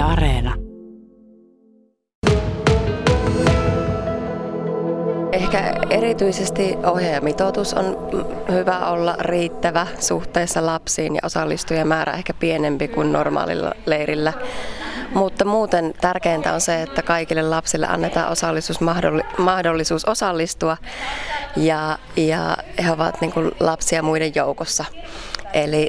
Areena. Ehkä erityisesti ohjaajamitoitus on hyvä olla riittävä suhteessa lapsiin ja osallistujien määrä ehkä pienempi kuin normaalilla leirillä. Mutta muuten tärkeintä on se, että kaikille lapsille annetaan mahdollisuus osallistua ja he ovat niin kuin lapsia muiden joukossa. Eli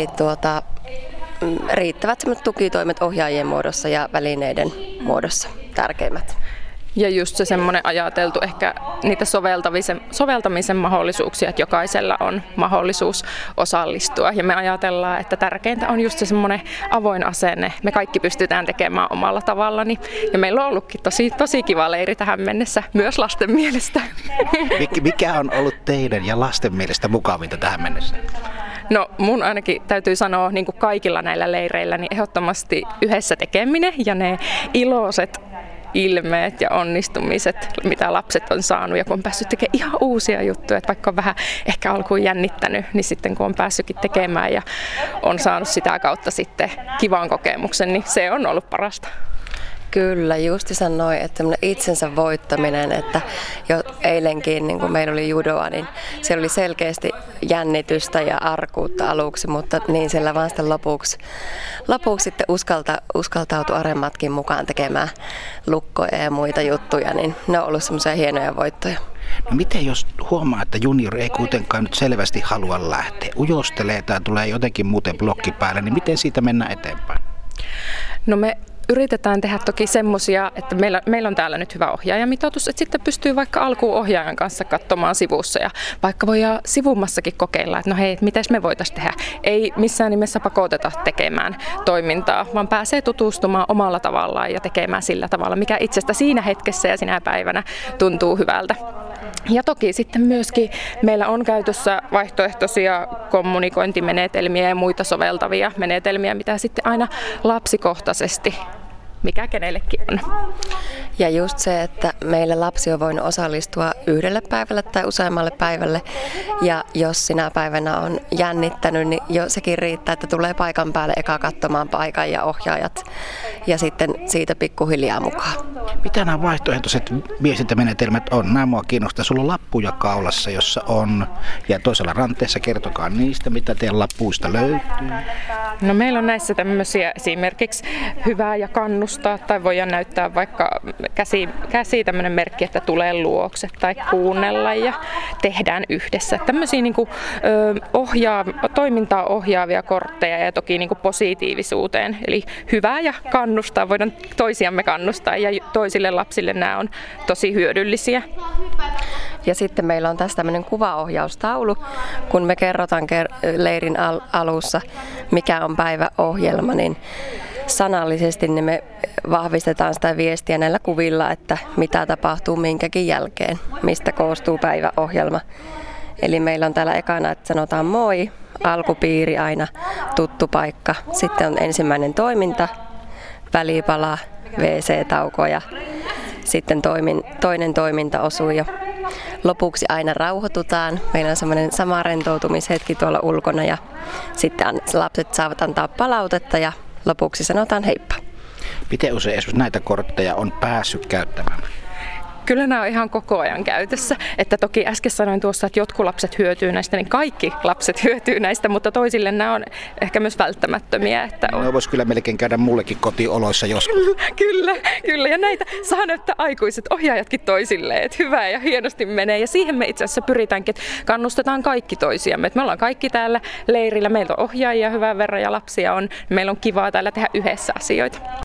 riittävät tukitoimet ohjaajien muodossa ja välineiden muodossa tärkeimmät. Ja just se semmoinen ajateltu ehkä niitä soveltamisen mahdollisuuksia, että jokaisella on mahdollisuus osallistua. Ja me ajatellaan, että tärkeintä on just se semmoinen avoin asenne. Me kaikki pystytään tekemään omalla tavallani. Ja meillä on ollutkin tosi kiva leiri tähän mennessä, myös lasten mielestä. Mikä on ollut teidän ja lasten mielestä mukavinta tähän mennessä? No mun ainakin täytyy sanoa, niin kuin kaikilla näillä leireillä, niin ehdottomasti yhdessä tekeminen ja ne iloiset ilmeet ja onnistumiset, mitä lapset on saanut ja kun on päässyt tekemään ihan uusia juttuja, että vaikka on vähän ehkä alkuun jännittänyt, niin sitten kun on päässytkin tekemään ja on saanut sitä kautta sitten kivan kokemuksen, niin se on ollut parasta. Kyllä, justi sanoin, että itsensä voittaminen, että jo eilenkin, niin kun meillä oli judoa, niin siellä oli selkeästi jännitystä ja arkuutta aluksi, mutta niin siellä vaan sitten lopuksi sitten uskaltautui aremmatkin mukaan tekemään lukkoja ja muita juttuja, niin ne on ollut semmoisia hienoja voittoja. No miten jos huomaa, että junior ei kuitenkaan nyt selvästi halua lähteä, ujostelee tai tulee jotenkin muuten blokki päälle, niin miten siitä mennään eteenpäin? No me yritetään tehdä toki semmoisia, että meillä on täällä nyt hyvä ohjaajamitoitus, että sitten pystyy vaikka alkuun ohjaajan kanssa katsomaan sivussa ja vaikka voidaan sivummassakin kokeilla, että no hei, mitäs me voitaisiin tehdä. Ei missään nimessä pakoteta tekemään toimintaa, vaan pääsee tutustumaan omalla tavallaan ja tekemään sillä tavalla, mikä itsestä siinä hetkessä ja sinä päivänä tuntuu hyvältä. Ja toki sitten myöskin meillä on käytössä vaihtoehtoisia kommunikointimenetelmiä ja muita soveltavia menetelmiä, mitä sitten aina lapsikohtaisesti, mikä kenellekin on. Ja just se, että meillä lapsi on voinut osallistua yhdelle päivälle tai useammalle päivälle. Ja jos sinä päivänä on jännittänyt, niin jo sekin riittää, että tulee paikan päälle eka katsomaan paikan ja ohjaajat. Ja sitten siitä pikkuhiljaa mukaan. Mitä nämä vaihtoehtoiset viestintämenetelmät on? Nämä mua kiinnostaa. Sulla on lappuja kaulassa, jossa on. Ja toisella ranteessa kertokaa niistä, mitä teidän lappuista löytyy. No meillä on näissä tämmöisiä esimerkiksi hyvää ja kannustaa tai voidaan näyttää vaikka käsi tämmöinen merkki, että tulee luokse tai kuunnella ja tehdään yhdessä. Tämmöisiä niin kuin, toimintaa ohjaavia kortteja ja toki niin kuin positiivisuuteen. Eli hyvää ja kannustaa, voidaan toisiamme kannustaa ja toisille lapsille nämä on tosi hyödyllisiä. Ja sitten meillä on tässä tämmöinen kuvaohjaustaulu, kun me kerrotaan leirin alussa, mikä on päiväohjelma, niin sanallisesti niin me vahvistetaan sitä viestiä näillä kuvilla, että mitä tapahtuu minkäkin jälkeen, mistä koostuu päiväohjelma. Eli meillä on täällä ekana, että sanotaan moi, alkupiiri aina, tuttu paikka. Sitten on ensimmäinen toiminta, välipala, WC-tauko ja sitten toinen toimintaosuus ja lopuksi aina rauhoitutaan. Meillä on semmoinen sama rentoutumishetki tuolla ulkona ja sitten lapset saavat antaa palautetta ja lopuksi sanotaan heippa. Miten usein esimerkiksi näitä kortteja on päässyt käyttämään? Kyllä nämä on ihan koko ajan käytössä. Että toki äsken sanoin tuossa, että jotkut lapset hyötyy näistä, niin kaikki lapset hyötyy näistä, mutta toisille nämä on ehkä myös välttämättömiä. Että ne voisi kyllä melkein käydä mullekin kotioloissa joskus. Kyllä. Ja näitä saa näyttää aikuiset ohjaajatkin toisilleen, että hyvä ja hienosti menee. Ja siihen me itse asiassa pyritäänkin, että kannustetaan kaikki toisiamme. Että me ollaan kaikki täällä leirillä, meillä on ohjaajia hyvän verran ja lapsia on. Meillä on kivaa täällä tehdä yhdessä asioita.